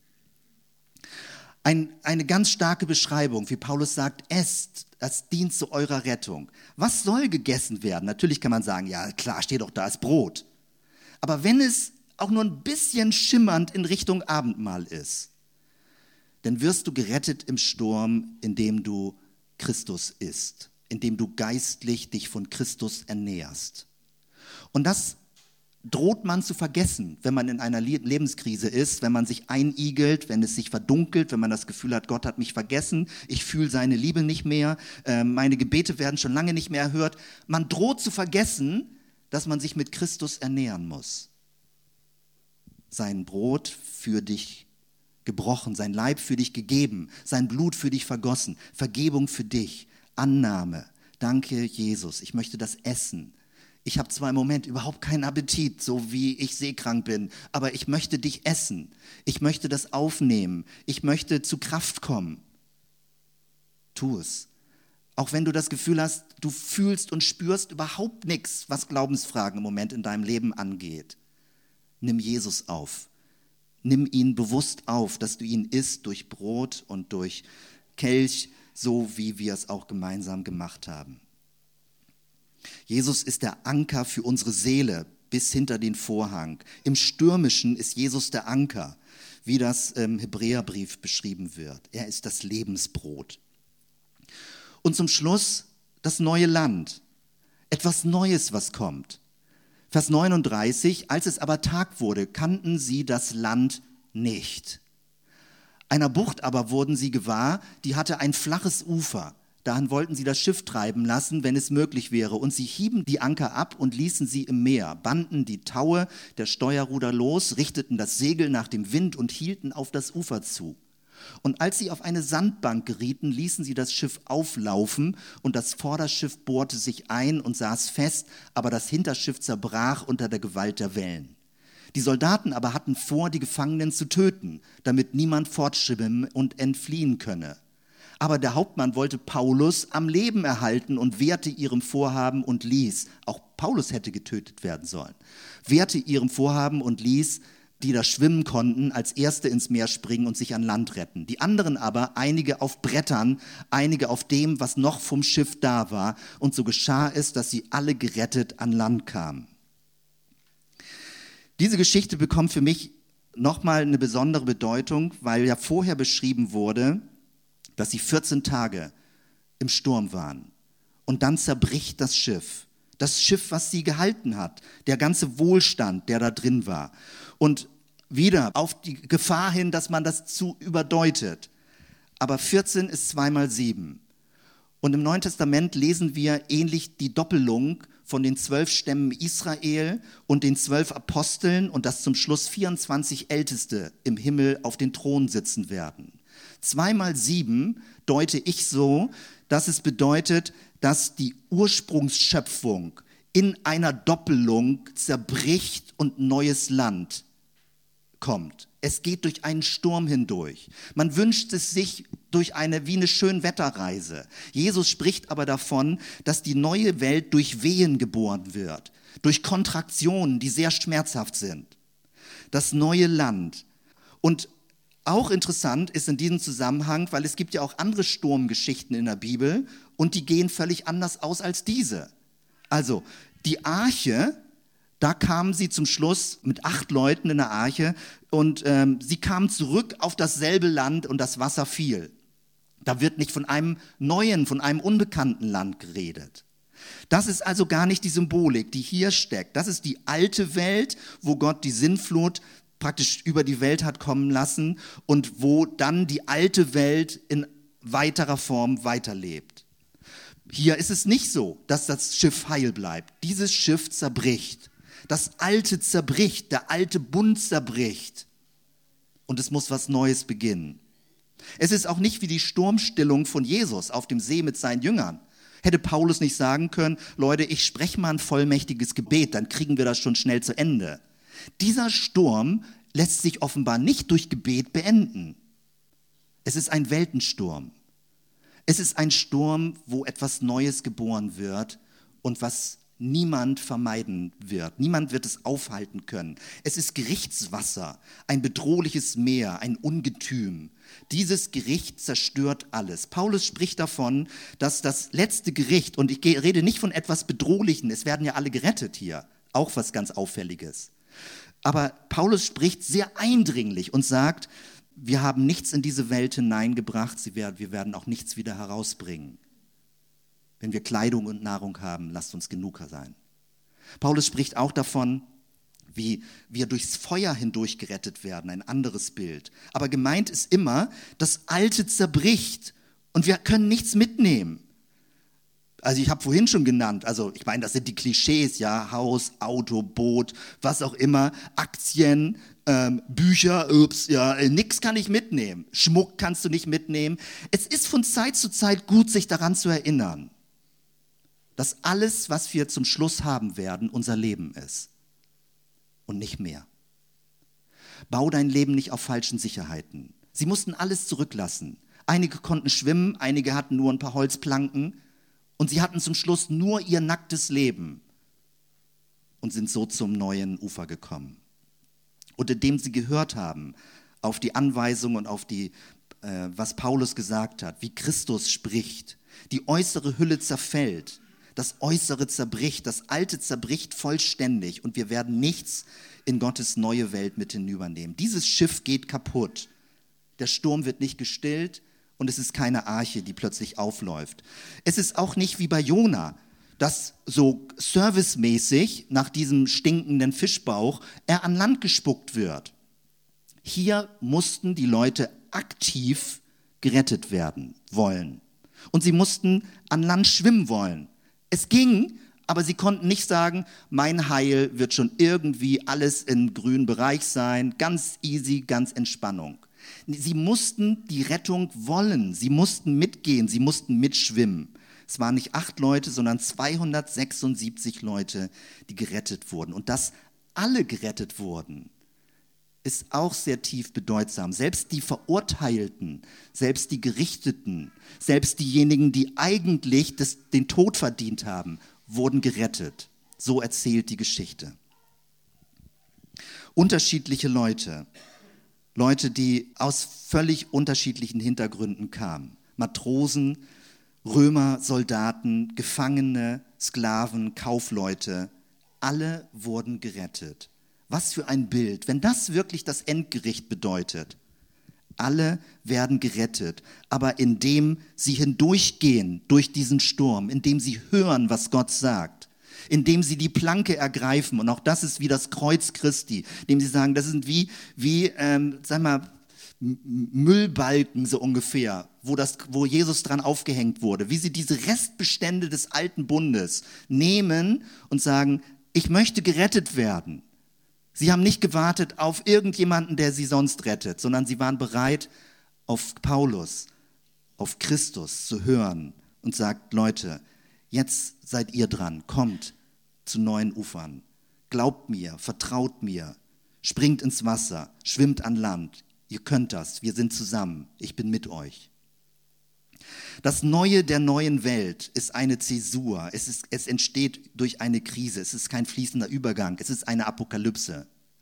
Ein, eine ganz starke Beschreibung, wie Paulus sagt, esst, das dient zu eurer Rettung. Was soll gegessen werden? Natürlich kann man sagen, ja klar, steht doch da, ist Brot. Aber wenn es auch nur ein bisschen schimmernd in Richtung Abendmahl ist, dann wirst du gerettet im Sturm, indem du Christus isst, indem du geistlich dich von Christus ernährst. Und das droht man zu vergessen, wenn man in einer Lebenskrise ist, wenn man sich einigelt, wenn es sich verdunkelt, wenn man das Gefühl hat, Gott hat mich vergessen, ich fühle seine Liebe nicht mehr, meine Gebete werden schon lange nicht mehr erhört. Man droht zu vergessen, dass man sich mit Christus ernähren muss. Sein Brot für dich gebrochen, sein Leib für dich gegeben, sein Blut für dich vergossen, Vergebung für dich, Annahme. Danke, Jesus, ich möchte das essen. Ich habe zwar im Moment überhaupt keinen Appetit, so wie ich seekrank bin, aber ich möchte dich essen. Ich möchte das aufnehmen. Ich möchte zu Kraft kommen. Tu es. Auch wenn du das Gefühl hast, du fühlst und spürst überhaupt nichts, was Glaubensfragen im Moment in deinem Leben angeht. Nimm Jesus auf. Nimm ihn bewusst auf, dass du ihn isst durch Brot und durch Kelch, so wie wir es auch gemeinsam gemacht haben. Jesus ist der Anker für unsere Seele bis hinter den Vorhang. Im Stürmischen ist Jesus der Anker, wie das im Hebräerbrief beschrieben wird. Er ist das Lebensbrot. Und zum Schluss das neue Land. Etwas Neues, was kommt. Vers neununddreißig, als es aber Tag wurde, kannten sie das Land nicht. Einer Bucht aber wurden sie gewahr, die hatte ein flaches Ufer. Dahin wollten sie das Schiff treiben lassen, wenn es möglich wäre. Und sie hieben die Anker ab und ließen sie im Meer, banden die Taue der Steuerruder los, richteten das Segel nach dem Wind und hielten auf das Ufer zu. Und als sie auf eine Sandbank gerieten, ließen sie das Schiff auflaufen und das Vorderschiff bohrte sich ein und saß fest, aber das Hinterschiff zerbrach unter der Gewalt der Wellen. Die Soldaten aber hatten vor, die Gefangenen zu töten, damit niemand fortschwimmen und entfliehen könne. Aber der Hauptmann wollte Paulus am Leben erhalten und wehrte ihrem Vorhaben und ließ, auch Paulus hätte getötet werden sollen, wehrte ihrem Vorhaben und ließ, die da schwimmen konnten, als Erste ins Meer springen und sich an Land retten. Die anderen aber, einige auf Brettern, einige auf dem, was noch vom Schiff da war. Und so geschah es, dass sie alle gerettet an Land kamen. Diese Geschichte bekommt für mich nochmal eine besondere Bedeutung, weil ja vorher beschrieben wurde, dass sie vierzehn Tage im Sturm waren. Und dann zerbricht das Schiff. Das Schiff, was sie gehalten hat. Der ganze Wohlstand, der da drin war. Und wieder auf die Gefahr hin, dass man das zu überdeutet. Aber vierzehn ist zweimal sieben. Und im Neuen Testament lesen wir ähnlich die Doppelung von den zwölf Stämmen Israel und den zwölf Aposteln und dass zum Schluss vierundzwanzig Älteste im Himmel auf den Thron sitzen werden. Zweimal sieben deute ich so, dass es bedeutet, dass die Ursprungsschöpfung in einer Doppelung zerbricht und neues Land kommt. Es geht durch einen Sturm hindurch. Man wünscht es sich durch eine wie eine Schönwetterreise. Jesus spricht aber davon, dass die neue Welt durch Wehen geboren wird, durch Kontraktionen, die sehr schmerzhaft sind. Das neue Land. Und auch interessant ist in diesem Zusammenhang, weil es gibt ja auch andere Sturmgeschichten in der Bibel und die gehen völlig anders aus als diese. Also die Arche, da kamen sie zum Schluss mit acht Leuten in der Arche und ähm, sie kamen zurück auf dasselbe Land und das Wasser fiel. Da wird nicht von einem neuen, von einem unbekannten Land geredet. Das ist also gar nicht die Symbolik, die hier steckt. Das ist die alte Welt, wo Gott die Sintflut praktisch über die Welt hat kommen lassen und wo dann die alte Welt in weiterer Form weiterlebt. Hier ist es nicht so, dass das Schiff heil bleibt. Dieses Schiff zerbricht. Das Alte zerbricht, der alte Bund zerbricht. Und es muss was Neues beginnen. Es ist auch nicht wie die Sturmstillung von Jesus auf dem See mit seinen Jüngern. Hätte Paulus nicht sagen können, Leute, ich spreche mal ein vollmächtiges Gebet, dann kriegen wir das schon schnell zu Ende. Dieser Sturm lässt sich offenbar nicht durch Gebet beenden. Es ist ein Weltensturm. Es ist ein Sturm, wo etwas Neues geboren wird und was niemand vermeiden wird. Niemand wird es aufhalten können. Es ist Gerichtswasser, ein bedrohliches Meer, ein Ungetüm. Dieses Gericht zerstört alles. Paulus spricht davon, dass das letzte Gericht, und ich rede nicht von etwas Bedrohlichen, es werden ja alle gerettet hier, auch was ganz Auffälliges. Aber Paulus spricht sehr eindringlich und sagt, wir haben nichts in diese Welt hineingebracht, wir werden auch nichts wieder herausbringen. Wenn wir Kleidung und Nahrung haben, lasst uns genug sein. Paulus spricht auch davon, wie wir durchs Feuer hindurch gerettet werden, ein anderes Bild. Aber gemeint ist immer, das Alte zerbricht und wir können nichts mitnehmen. Also ich habe vorhin schon genannt, also ich meine, das sind die Klischees, ja, Haus, Auto, Boot, was auch immer, Aktien, ähm, Bücher, ups, ja, nix kann ich mitnehmen. Schmuck kannst du nicht mitnehmen. Es ist von Zeit zu Zeit gut, sich daran zu erinnern, dass alles, was wir zum Schluss haben werden, unser Leben ist und nicht mehr. Bau dein Leben nicht auf falschen Sicherheiten. Sie mussten alles zurücklassen. Einige konnten schwimmen, einige hatten nur ein paar Holzplanken und sie hatten zum Schluss nur ihr nacktes Leben und sind so zum neuen Ufer gekommen. Und indem sie gehört haben auf die Anweisung und auf die, äh, was Paulus gesagt hat, wie Christus spricht, die äußere Hülle zerfällt, das Äußere zerbricht, das Alte zerbricht vollständig und wir werden nichts in Gottes neue Welt mit hinübernehmen. Dieses Schiff geht kaputt. Der Sturm wird nicht gestillt und es ist keine Arche, die plötzlich aufläuft. Es ist auch nicht wie bei Jona, dass so servicemäßig nach diesem stinkenden Fischbauch er an Land gespuckt wird. Hier mussten die Leute aktiv gerettet werden wollen und sie mussten an Land schwimmen wollen. Es ging, aber sie konnten nicht sagen, mein Heil wird schon irgendwie alles im grünen Bereich sein, ganz easy, ganz Entspannung. Sie mussten die Rettung wollen, sie mussten mitgehen, sie mussten mitschwimmen. Es waren nicht acht Leute, sondern zweihundertsechsundsiebzig Leute, die gerettet wurden. Und dass alle gerettet wurden, ist auch sehr tief bedeutsam. Selbst die Verurteilten, selbst die Gerichteten, selbst diejenigen, die eigentlich das, den Tod verdient haben, wurden gerettet. So erzählt die Geschichte. Unterschiedliche Leute, Leute, die aus völlig unterschiedlichen Hintergründen kamen. Matrosen, Römer, Soldaten, Gefangene, Sklaven, Kaufleute, alle wurden gerettet. Was für ein Bild, wenn das wirklich das Endgericht bedeutet. Alle werden gerettet, aber indem sie hindurchgehen durch diesen Sturm, indem sie hören, was Gott sagt, indem sie die Planke ergreifen, und auch das ist wie das Kreuz Christi, indem sie sagen, das sind wie, wie ähm, sag mal, Müllbalken so ungefähr, wo, das, wo Jesus dran aufgehängt wurde, wie sie diese Restbestände des alten Bundes nehmen und sagen, ich möchte gerettet werden. Sie haben nicht gewartet auf irgendjemanden, der sie sonst rettet, sondern sie waren bereit, auf Paulus, auf Christus zu hören und sagt, Leute, jetzt seid ihr dran, kommt zu neuen Ufern, glaubt mir, vertraut mir, springt ins Wasser, schwimmt an Land, ihr könnt das, wir sind zusammen, ich bin mit euch. Das Neue der neuen Welt ist eine Zäsur, es, ist, es entsteht durch eine Krise, es ist kein fließender Übergang, es ist eine Apokalypse.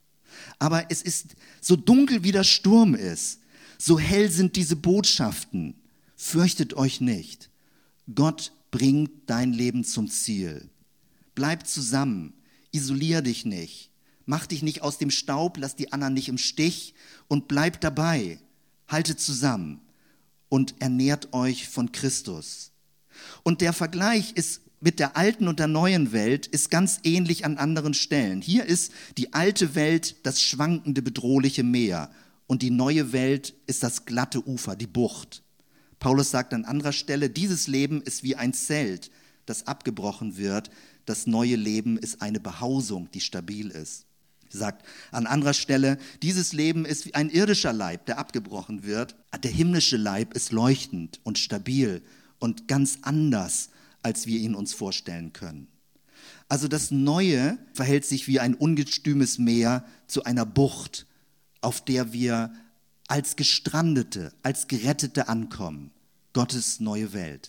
Aber es ist, so dunkel wie der Sturm ist, so hell sind diese Botschaften. Fürchtet euch nicht. Gott bringt dein Leben zum Ziel. Bleib zusammen, isolier dich nicht. Mach dich nicht aus dem Staub, lass die anderen nicht im Stich und bleib dabei. Haltet zusammen und ernährt euch von Christus. Und der Vergleich ist mit der alten und der neuen Welt ist ganz ähnlich an anderen Stellen. Hier ist die alte Welt das schwankende, bedrohliche Meer und die neue Welt ist das glatte Ufer, die Bucht. Paulus sagt an anderer Stelle, dieses Leben ist wie ein Zelt, das abgebrochen wird. Das neue Leben ist eine Behausung, die stabil ist. Er sagt an anderer Stelle, dieses Leben ist wie ein irdischer Leib, der abgebrochen wird. Der himmlische Leib ist leuchtend und stabil und ganz anders, als wir ihn uns vorstellen können. Also das Neue verhält sich wie ein ungestümes Meer zu einer Bucht, auf der wir als Gestrandete, als Gerettete ankommen. Gottes neue Welt.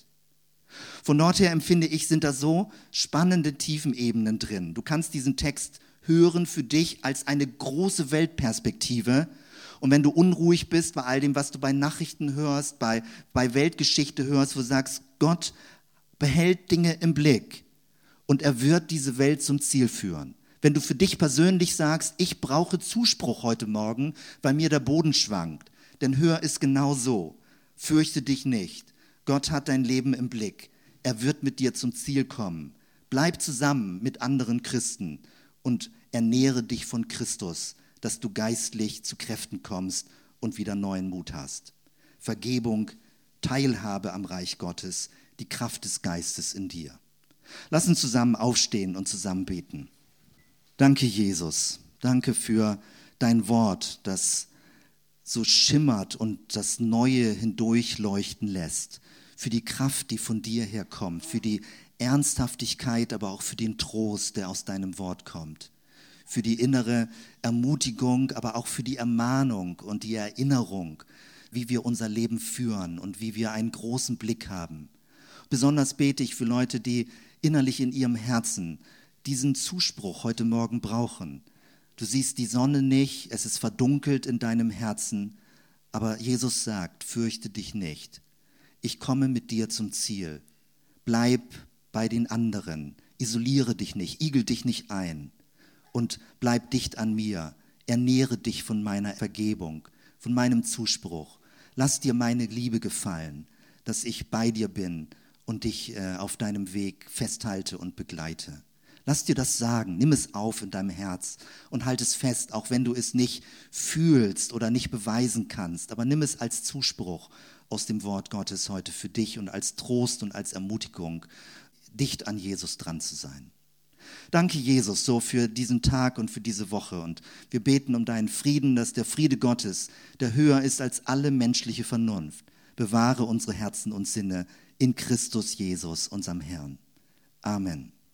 Von dort her empfinde ich, sind da so spannende Tiefenebenen drin. Du kannst diesen Text hören für dich als eine große Weltperspektive. Und wenn du unruhig bist bei all dem, was du bei Nachrichten hörst, bei, bei Weltgeschichte hörst, wo du sagst, Gott behält Dinge im Blick und er wird diese Welt zum Ziel führen. Wenn du für dich persönlich sagst, ich brauche Zuspruch heute Morgen, weil mir der Boden schwankt, dann hör es genau so. Fürchte dich nicht. Gott hat dein Leben im Blick. Er wird mit dir zum Ziel kommen. Bleib zusammen mit anderen Christen und ernähre dich von Christus, dass du geistlich zu Kräften kommst und wieder neuen Mut hast. Vergebung, Teilhabe am Reich Gottes, die Kraft des Geistes in dir. Lass uns zusammen aufstehen und zusammen beten. Danke, Jesus. Danke für dein Wort, das so schimmert und das Neue hindurchleuchten lässt. Für die Kraft, die von dir herkommt, für die Ernsthaftigkeit, aber auch für den Trost, der aus deinem Wort kommt. Für die innere Ermutigung, aber auch für die Ermahnung und die Erinnerung, wie wir unser Leben führen und wie wir einen großen Blick haben. Besonders bete ich für Leute, die innerlich in ihrem Herzen diesen Zuspruch heute Morgen brauchen. Du siehst die Sonne nicht, es ist verdunkelt in deinem Herzen, aber Jesus sagt, fürchte dich nicht. Ich komme mit dir zum Ziel. Bleib bei den anderen, isoliere dich nicht, igel dich nicht ein und bleib dicht an mir. Ernähre dich von meiner Vergebung, von meinem Zuspruch. Lass dir meine Liebe gefallen, dass ich bei dir bin und dich äh, auf deinem Weg festhalte und begleite. Lass dir das sagen, nimm es auf in deinem Herz und halt es fest, auch wenn du es nicht fühlst oder nicht beweisen kannst. Aber nimm es als Zuspruch aus dem Wort Gottes heute für dich und als Trost und als Ermutigung, dicht an Jesus dran zu sein. Danke, Jesus, so für diesen Tag und für diese Woche. Und wir beten um deinen Frieden, dass der Friede Gottes, der höher ist als alle menschliche Vernunft, bewahre unsere Herzen und Sinne in Christus Jesus, unserem Herrn. Amen.